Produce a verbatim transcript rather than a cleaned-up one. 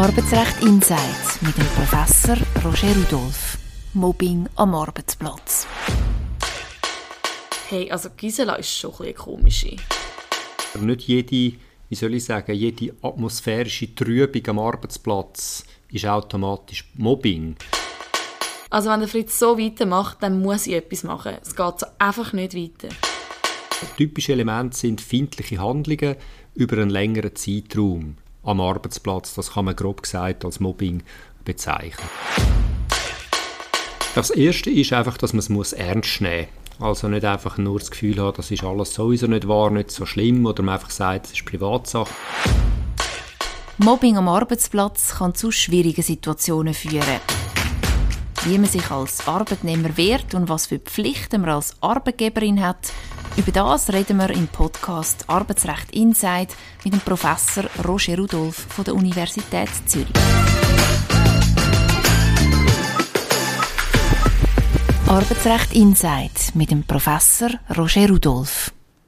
Arbeitsrecht Insight mit dem Professor Roger Rudolph. Mobbing am Arbeitsplatz. Hey, also Gisela ist schon ein bisschen komische. Nicht jede, wie soll ich sagen, jede atmosphärische Trübung am Arbeitsplatz ist automatisch Mobbing. Also wenn der Fritz so weitermacht, dann muss ich etwas machen. Es geht so einfach nicht weiter. Typische Elemente sind findliche Handlungen über einen längeren Zeitraum am Arbeitsplatz. Das kann man grob gesagt als Mobbing bezeichnen. Das Erste ist einfach, dass man es ernst nehmen muss. Also nicht einfach nur das Gefühl haben, das ist alles sowieso nicht wahr, nicht so schlimm, oder man einfach sagt, es ist Privatsache. Mobbing am Arbeitsplatz kann zu schwierigen Situationen führen. Wie man sich als Arbeitnehmer wehrt und was für Pflichten man als Arbeitgeberin hat, über das reden wir im Podcast Arbeitsrecht Insight mit dem Professor Roger Rudolph von der Universität Zürich. Arbeitsrecht Insight mit dem Professor Roger Rudolph.